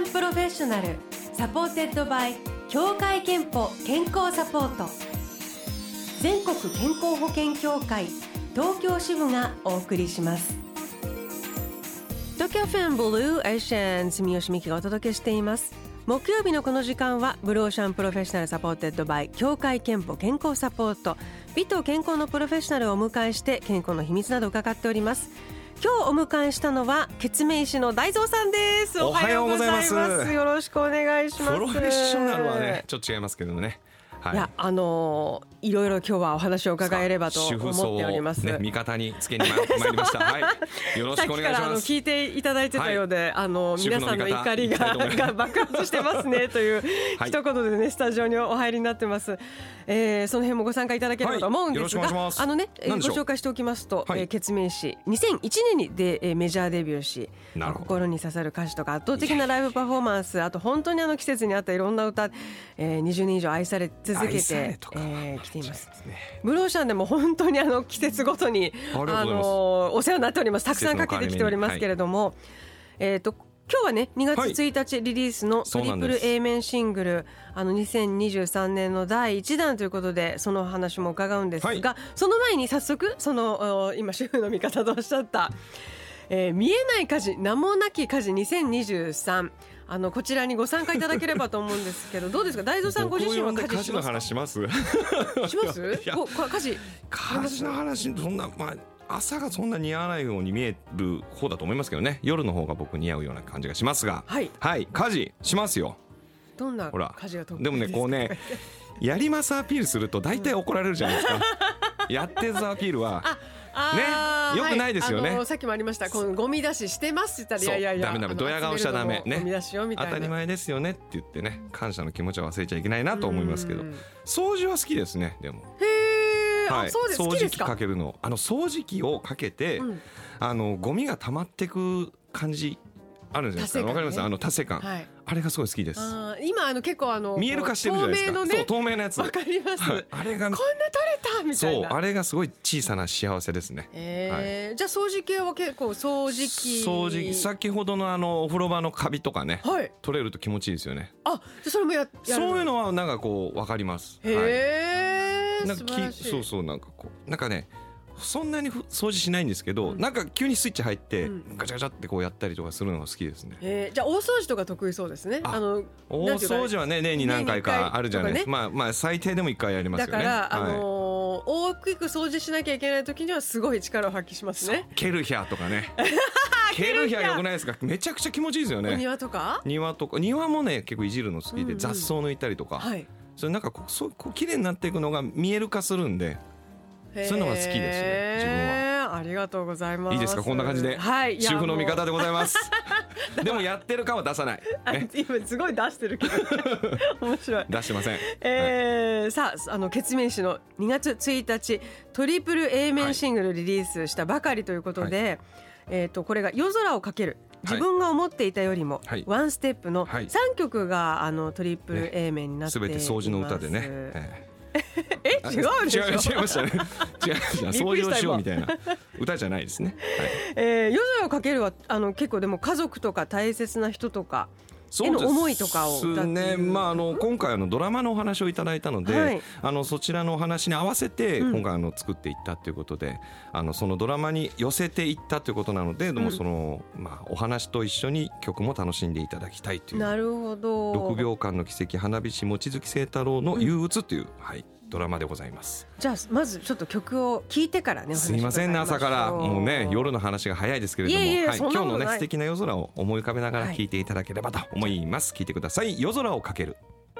プロフェッショナルサポーテッドバイ協会憲法健康サポート、全国健康保険協会東京支部がお送りします。東京フェンブルーエーシャン住吉美希がお届けしています。木曜日のこの時間はブルーオーシャンプロフェッショナルサポーテッドバイ協会憲法健康サポート、美と健康のプロフェッショナルをお迎えして健康の秘密などを伺っております。今日お迎えしたのはケツメイシの大蔵さんです。おはようございます。よろしくお願いします。 プロフェッショナルはねちょっと違いますけどね、はい、 いやいろいろ今日はお話を伺えればと思っております。 ね、味方につけに参りました、はい、よろしくお願いします。さっきから聞いていただいてたようで、はい、皆さんの怒りが爆発してますねという一言でねスタジオにお入りになってます。その辺もご参加いただければと思うんですが、ご紹介しておきますと、ケツメイシ2001年にメジャーデビューし、心に刺さる歌詞とか圧倒的なライブパフォーマンス、あと本当に季節に合ったいろんな歌、20年以上愛され続けてきています。ブルーオーシャンでも本当に季節ごとにお世話になっております。たくさんかけてきておりますけれども、今日はね2月1日リリースのトリプル A 面シングル、2023年の第1弾ということでその話も伺うんですが、その前に早速今主婦の味方とおっしゃった、見えない火事名もなき火事2023、こちらにご参加いただければと思うんですけど、どうですか大蔵さんご自身は火事しますか？ 火事の話します？ します？ 火事の話そんな、朝がそんな似合わないように見える方だと思いますけどね、夜の方が僕似合うような感じがしますが、はい、火事しますよ。 どんな火事が得意ですか？ でもねこうねやりますアピールすると大体怒られるじゃないですか。やってるアピールはね、よくないですよね。 さっきもありました、このゴミ出ししてますって言ったら、いやいやダメドヤ顔しちゃダメね、 ゴミ出しよみたいな、 当たり前ですよねって言ってね、感謝の気持ちは忘れちゃいけないなと思いますけど、掃除は好きですね。でもそうです、 掃除機かけるの、掃除機をかけて、ゴミが溜まってく感じあるんじゃないですか。わかります？達成感、あれがすごい好きです。 今結構見える化してるじゃないですか。そう透明なやつ。 わかります。 あれがこんな取れたみたいな。 そうあれがすごい小さな幸せですね。 じゃあ掃除系は結構掃除機先ほどのお風呂場のカビとかね、取れると気持ちいいですよね。 じゃあそれもやる。 そういうのはなんかこうわかります。 素晴らしい。 そうなんかね。そんなに掃除しないんですけど、なんか急にスイッチ入ってガチャガチャってこうやったりとかするのが好きですね。 じゃあ大掃除とか得意そうですね。 大掃除はね年に何回かあるじゃないですか。最低でも1回やりますよね。 だから大きく掃除しなきゃいけない時にはすごい力を発揮しますね。 ケルヒャーとかね。ケルヒャーよくないですか？めちゃくちゃ気持ちいいですよね。 庭とか庭もね結構いじるの好きで、雑草抜いたりとか、それなんかこう綺麗になっていくのが見える化するんで、そういうのが好きですね自分は。 ありがとうございます。 いいですかこんな感じで、主婦の味方でございます。でもやってる感は出さない、 今すごい出してるけど面白い。 出してません。 さあケツメイシの2月1日トリプル A 面シングルリリースしたばかりということで、これが夜空をかける自分が思っていたよりもワンステップの3曲がトリプル A 面になっています。 全て掃除の歌でね。 違うでしょ。 違いましたね。違いました。掃除をしようみたいな歌じゃないですね。 夜空をかけるは結構でも家族とか大切な人とかへの思いとかを歌っている。 今回ドラマのお話をいただいたので、そちらのお話に合わせて今回作っていったということで、そのドラマに寄せていったということなので、でもそのお話と一緒に曲も楽しんでいただきたいという。 なるほど。 6秒間の奇跡花火師望月清太郎の憂鬱という、ドラマでございます。 じゃあまずちょっと曲を聴いてからね。 すいませんね朝からもうね夜の話が早いですけれども、今日のね素敵な夜空を思い浮かべながら聴いていただければと思います。聴いてください。夜空をかける。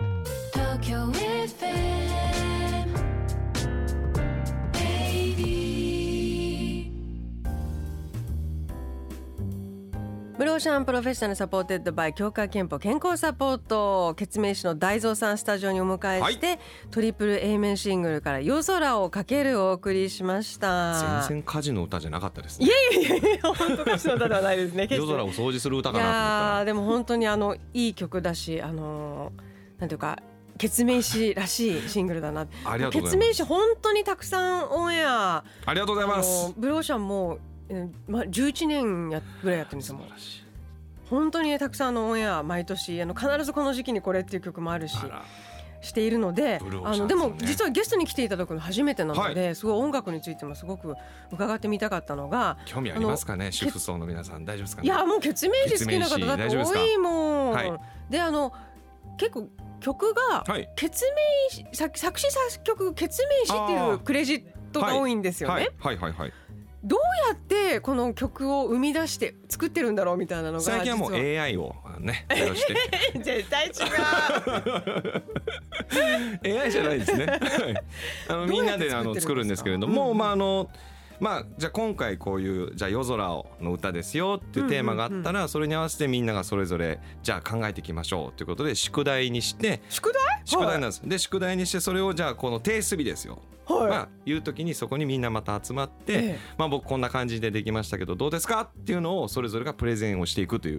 ブルーオーシャンプロフェッショナルサポーテッドバイ協会憲法健康サポート、ケツメイシの大蔵さんスタジオにお迎えして、トリプル A 面シングルから夜空をかけるをお送りしました。 全然火事の歌じゃなかったですね。 いや本当火事の歌ではないですね。 夜空を掃除する歌かなと思ったら。 いやでも本当にいい曲だし、なんていうかケツメイシらしいシングルだな。ケツメイシ本当にたくさんオンエアありがとうございます。 ブルーオーシャンも11年ぐらいやってるんですよ。 本当に、ね、たくさんのオンエア毎年必ずこの時期にこれっていう曲もあるししているので、でも実はゲストに来ていただくの初めてなので、はい、すごい音楽についてもすごく伺ってみたかったのが。 興味ありますかね、主婦層の皆さん。大丈夫ですかね。 いやもうケツメイシ好きな方だって多いもん、はい、で結構曲が、はい、ケツメイシ作詞作曲ケツメイシっていうクレジットが多いんですよね。 はいはいはいはい、 どうやってこの曲を生み出して作ってるんだろうみたいなのが。 最近はもう AI をね利用して絶対違うAI じゃないですねみんなで作るんですけれども、じゃあ今回こういうじゃあ夜空の歌ですよっていうテーマがあったら、それに合わせてみんながそれぞれじゃあ考えていきましょうということで宿題にして。 宿題なんです。で宿題にしてそれをじゃあこの提出日ですよ、はい、いう時にそこにみんなまた集まって、僕こんな感じでできましたけどどうですかっていうのをそれぞれがプレゼンをしていくという。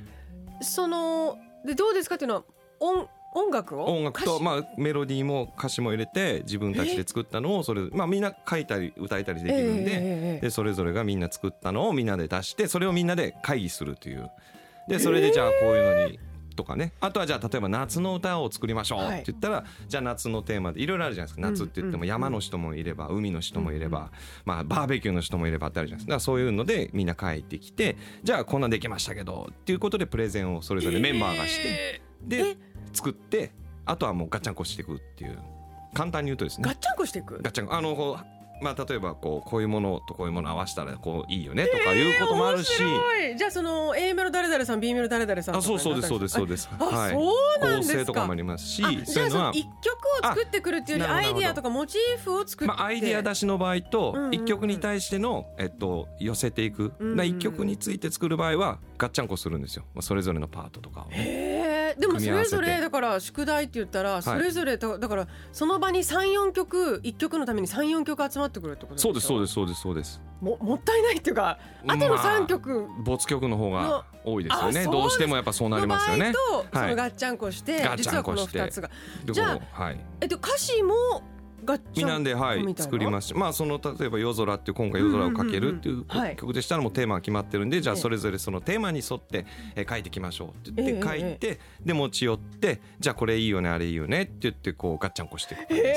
でどうですかっていうのは音楽と、メロディーも歌詞も入れて自分たちで作ったのをそれ、みんな書いたり歌えたりできるんで、それぞれがみんな作ったのをみんなで出してそれをみんなで会議するという。でそれでじゃあこういうのにとかね、あとはじゃあ例えば夏の歌を作りましょうって言ったら、じゃあ夏のテーマでいろいろあるじゃないですか。夏って言っても山の人もいれば海の人もいれば、バーベキューの人もいればってあるじゃないですか。だからそういうのでみんな書いてきて、じゃあこんなんできましたけどっていうことでプレゼンをそれぞれメンバーがして、で作ってあとはもうガッチャンコしていくっていう。簡単に言うとですね、 ガッチャンコしていく。 ガッチャン例えばこういうものとこういうものを合わせたらこういいよねとかいうこともあるし、 じゃあその A メロ誰々さん B メロ誰々さんとか。 そうですそうです。 はい、そうなんですか。 構成とかもありますし、 じゃあその一曲を作ってくるっていうよりアイディアとかモチーフを作って、 アイディア出しの場合と一曲に対しての寄せていく。一曲について作る場合はガッチャンコするんですよ。それぞれのパートとかを。 でもそれぞれだから宿題って言ったらそれぞれだからその場に 3,4 曲1曲のために 3,4 曲集まってくるってことですか。 そうです。 もったいないっていうか、あとの3曲没曲の方が多いですよね。どうしてもやっぱそうなりますよね。 の場合とそのガッチャンコして実はこの2つがじゃあ歌詞もみんなで、作りますし、例えば夜空っていう今回夜空をかけるっていう曲でしたらもうテーマが決まってるんで、じゃあそれぞれそのテーマに沿って書いていきましょうって言って書いて、で持ち寄ってじゃあこれいいよねあれいいよねって言ってこうガッチャンコしていく感じです。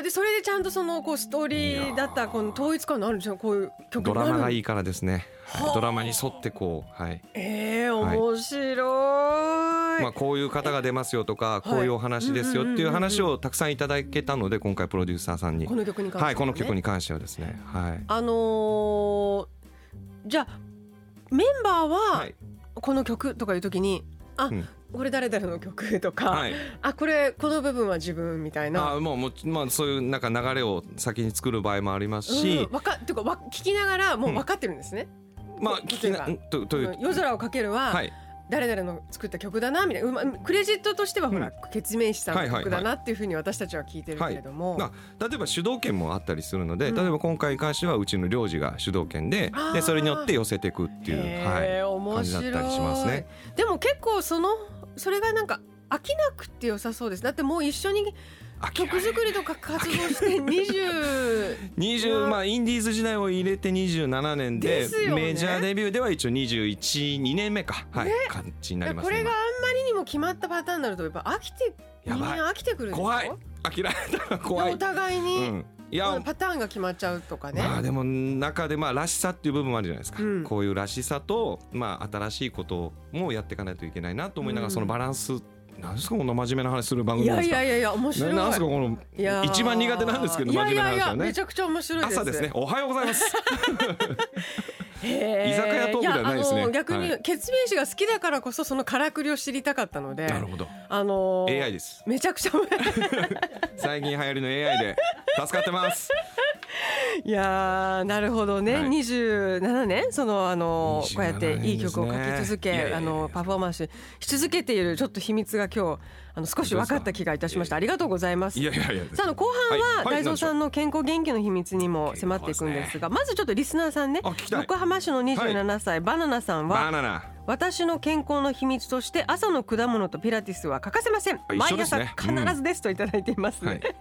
それでちゃんとそのこうストーリーだったこの統一感のあるんですよ。こういう曲ドラマがいいからですね。ドラマに沿ってこう面白い。 こういう方が出ますよとか、こういうお話ですよっていう話をたくさんいただけたので、今回プロデューサーさんにこの曲に関してはね、 この曲に関してはですね、 じゃあメンバーはこの曲とかいう時にこれ誰々の曲とか、この部分は自分みたいな、 そういうなんか流れを先に作る場合もありますし、 聞きながらもう分かってるんですね。夜空をかけるは誰々の作った曲だなみたいな、クレジットとしてはほらケツメイシさんの曲だなっていうふうに私たちは聞いてるけれども、 例えば主導権もあったりするので、例えば今回に関してはうちの領事が主導権でそれによって寄せていくっていう感じだったりしますね。 でも結構それがなんか飽きなくて良さそうです。だってもう一緒に曲作りとか活動して 20インディーズ時代を入れて27年で、メジャーデビューでは一応2年目か、感じになりますね。 これがあんまりにも決まったパターンになるとやっぱ人間飽きてくるんですよ。 怖い、飽きられたら怖い。 お互いに、パターンが決まっちゃうとかね。 でも中でらしさっていう部分もあるじゃないですか。こういうらしさと新しいこともやっていかないといけないなと思いながら、そのバランス。なんですかこの真面目な話する番組ですか。 いや面白い。 なんですかこの一番苦手なんですけど真面目な話はね。 めちゃくちゃ面白いです。 朝ですね。おはようございます。居酒屋トークではないですね。 逆にケツメイシが好きだからこそそのからくりを知りたかったので。 なるほど。AI です。 めちゃくちゃ最近流行りの AI で助かってます。 いやなるほどね、27年こうやっていい曲を書き続けパフォーマンスし続けているちょっと秘密が今日少し分かった気がいたしました。ありがとうございます。さあ後半は大蔵さんの健康元気の秘密にも迫っていくんですが、まずちょっとリスナーさんね、横浜市の27歳バナナさんは私の健康の秘密として朝の果物とピラティスは欠かせません。毎朝必ずですといただいています、はい、で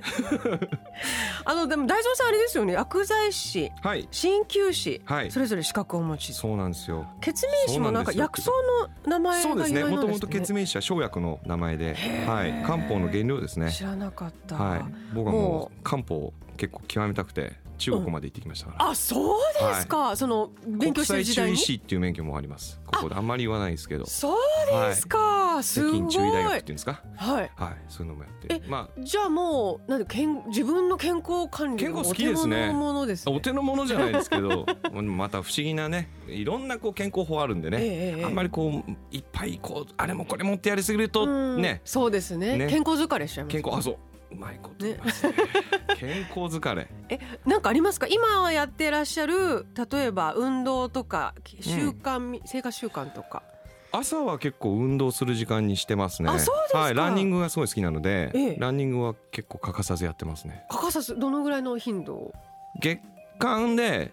も大蔵さんあれですよね、薬剤師、はい、鍼灸師、はい、それぞれ資格をお持ち。 そうなんですよ。 血明師もなんか薬草の名前が由来なんですね。 そうですね、もともと血明師は生薬の名前で、はい、漢方の原料ですね。 知らなかった、 はい、僕はもう漢方を結構極めたくて中国まで行ってきましたから、 あ、そうですか、はい、その勉強してる時代に国際中医師っていう免許もあります。ここであんまり言わないですけど。 そうですか、はい、すごい。 北京中医大学っていうんですか、 はい、 はい、そういうのもやって、 じゃあもうなんで自分の健康管理健康好きですね。 お手の物ですね。 お手の物じゃないですけどまた不思議なね、いろんなこう健康法あるんでね、あんまりこういっぱいこうあれもこれもってやりすぎるとね、 そうですね、健康疲れしちゃいます。 健康、あ、そう、うまいこと言いますね健康疲れなんかありますか、今やってらっしゃる、例えば運動とか習慣、生活習慣とか。 朝は結構運動する時間にしてますね。 あ、そうですか、 はい、ランニングがすごい好きなので、ランニングは結構欠かさずやってますね。 欠かさず、どのぐらいの頻度？ 月間で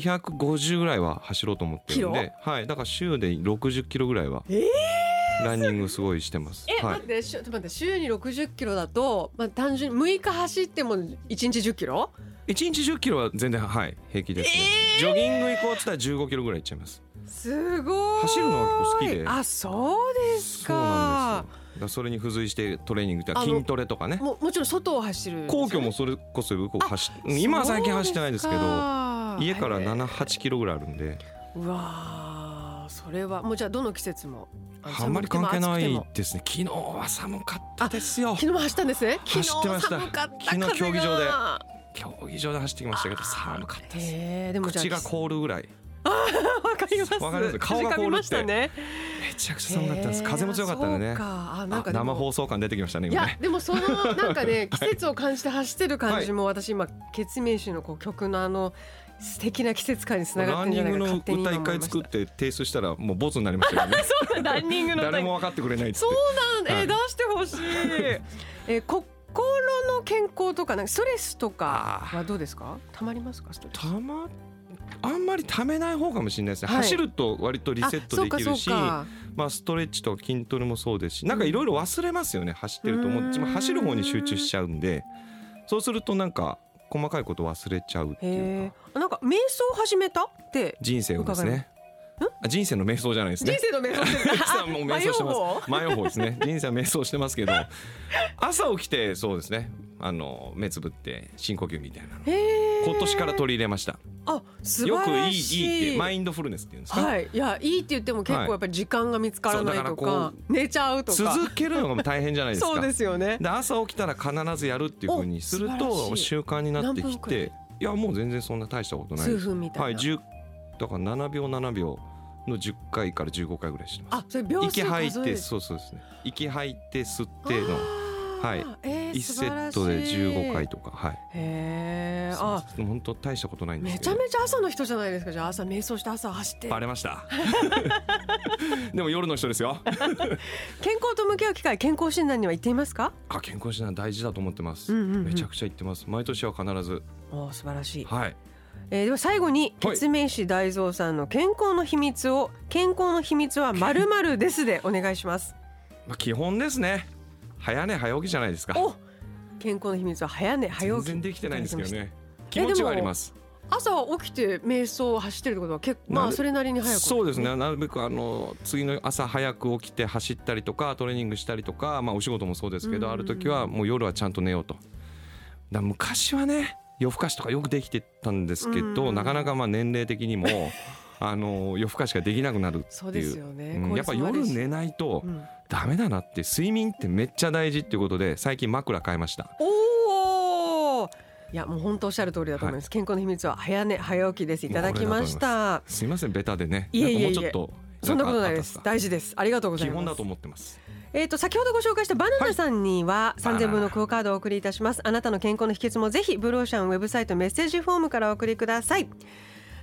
250ぐらいは走ろうと思ってるんで、はい、だから週で60キロぐらいはランニングすごいしてます。 待って、週に60キロだと、単純に6日走っても1日10キロ 1日10キロは全然、はい、平気ですね。ジョギング行こうって言ったら15キロぐらい行っちゃいます。 すごい。 走るのは結構好きで。 あ、そうですか。 そうなんですよ。だそれに付随してトレーニングって筋トレとかね、 もちろん外を走る、 皇居もそれこそよく今は最近走ってないですけど、家から7、8キロぐらいあるんで。 うわ、それはもうじゃあどの季節もあんまり関係ないですね。昨日は寒かったですよ。 昨日も走ったんですね。 走ってました。 昨日競技場で走ってきましたけど寒かったです。口が凍るぐらい。 わかります。 わかります。顔が凍るってめちゃくちゃ寒かったです。風も強かったんでね。生放送感出てきましたね。 いやでもそのなんかね季節を感じて走ってる感じも、私今血明師の曲の素敵な季節感につながってるんじゃないか、勝手に今思いました。ランニングの歌一回作って提出したらもうボツになりましたよねそうランニングの歌誰も分かってくれないって。そうなん、出してほしい心の健康とか、なんかストレスとかはどうですか？たまりますか？ストレスあんまりためない方かもしれないですね、はい、走ると割とリセットできるし、ストレッチとか筋トレもそうですし、なんかいろいろ忘れますよね、走ってると。もう走る方に集中しちゃうんで、そうするとなんか細かいこと忘れちゃうっていうか。 なんか瞑想を始めたって人生をですね。人生の瞑想じゃないですね。 人生の瞑想してもう瞑想してます。前方ですね。人生は瞑想してますけど、朝起きてそうですね、目つぶって深呼吸みたいなの今年から取り入れました。 あ、素晴らしい。 よくいいってマインドフルネスっていうんですか。 はい、いやいいって言っても結構やっぱり時間が見つからないとか、寝ちゃうとか続けるのが大変じゃないですかそうですよね。 で朝起きたら必ずやるっていう風にすると習慣になってきて、いやもう全然そんな大したことないです。 数分みたいな。 はい、だから7秒7秒の10回から15回ぐらいしてます。 あ、それ秒数数える。 息吐いて、そうですね。息吐いて吸っての、はい、1セットで15回とか、はい。本当大したことないんですけど。 めちゃめちゃ朝の人じゃないですか。じゃあ朝瞑想して朝走って。 バレましたでも夜の人ですよ健康と向き合う機会、健康診断には行っていますか？ 健康診断大事だと思ってます、めちゃくちゃ行ってます。毎年は必ず。 素晴らしい。 はい。 では最後に血明師大蔵さんの健康の秘密を、健康の秘密は〇〇ですでお願いします。 基本ですね。早寝早起きじゃないですか。 健康の秘密は早寝早起き。 全然できてないんですけどね。気持ちはあります。 朝起きて瞑想を走ってるってことは結構それなりに早く。 そうですね。なるべく次の朝早く起きて走ったりとかトレーニングしたりとか、お仕事もそうですけど、ある時はもう夜はちゃんと寝ようと。昔はね夜更かしとかよくできてたんですけど、なかなか年齢的にも夜更かしができなくなるっていう。 そうですよね。 やっぱ夜寝ないとダメだなって、睡眠ってめっちゃ大事っていうことで最近枕変えました。いやもう本当おっしゃる通りだと思います、健康の秘密は早寝早起きです。いただきました。 すいませんベタでね。 いえもうちょっとそんなことないです。大事です。ありがとうございます。 基本だと思ってます。 先ほどご紹介したバナナさんには3000分のクオカードをお送りいたします。あなたの健康の秘訣もぜひブルーオーシャンウェブサイトメッセージフォームからお送りください。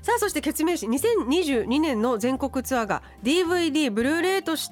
さあそして決命誌2022年の全国ツアーが DVD ブルーレイとして、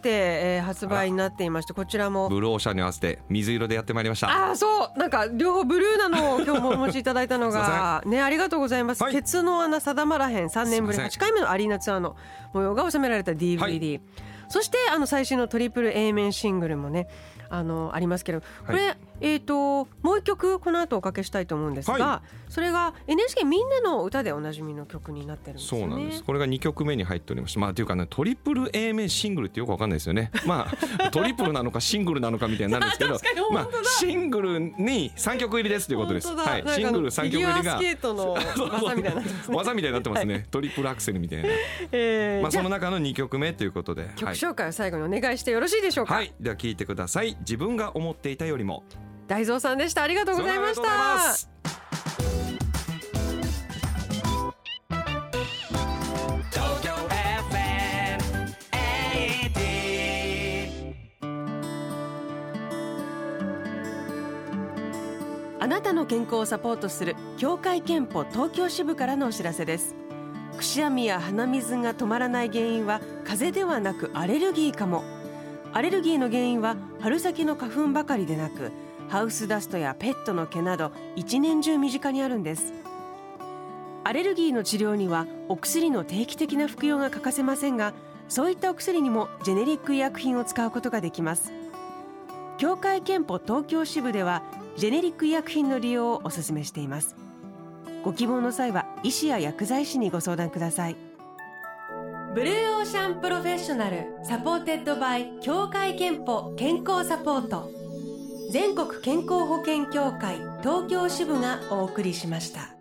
発売になっていまして、こちらもブルーオーシャンに合わせて水色でやってまいりました。 そうなんか両方ブルーなのを今日もお持ちいただいたのがね、ありがとうございます、ケツの穴定まらへん3年ぶり8回目のアリーナツアーの模様が収められた DVD、そして最新のトリプル A 面シングルもねありますけど、これ、もう一曲この後おかけしたいと思うんですが、それが NHK みんなの歌でおなじみの曲になってるんですよね。 そうなんです。これが2曲目に入っておりまして、というかね、トリプル A 面シングルってよくわかんないですよね。トリプルなのかシングルなのかみたいになるんですけどシングルに3曲入りですということです。シングル3曲入りがフィギュアスケートの技みたいになってますね。 技みたいになってますね。トリプルアクセルみたいな、その中の2曲目ということで、 曲紹介を最後にお願いしてよろしいでしょうか。 では聴いてください。自分が思っていたよりも。 大蔵さんでした。ありがとうございました。あなたの健康をサポートする協会憲法東京支部からのお知らせです。くしゃみや鼻水が止まらない原因は風邪ではなくアレルギーかも。アレルギーの原因は春先の花粉ばかりでなく、ハウスダストやペットの毛など一年中身近にあるんです。アレルギーの治療にはお薬の定期的な服用が欠かせませんが、そういったお薬にもジェネリック医薬品を使うことができます。協会憲法東京支部ではジェネリック医薬品の利用をお勧めしています。ご希望の際は医師や薬剤師にご相談ください。ブルーオーシャンプロフェッショナルサポーテッドバイ協会憲法健康サポート、全国健康保険協会東京支部がお送りしました。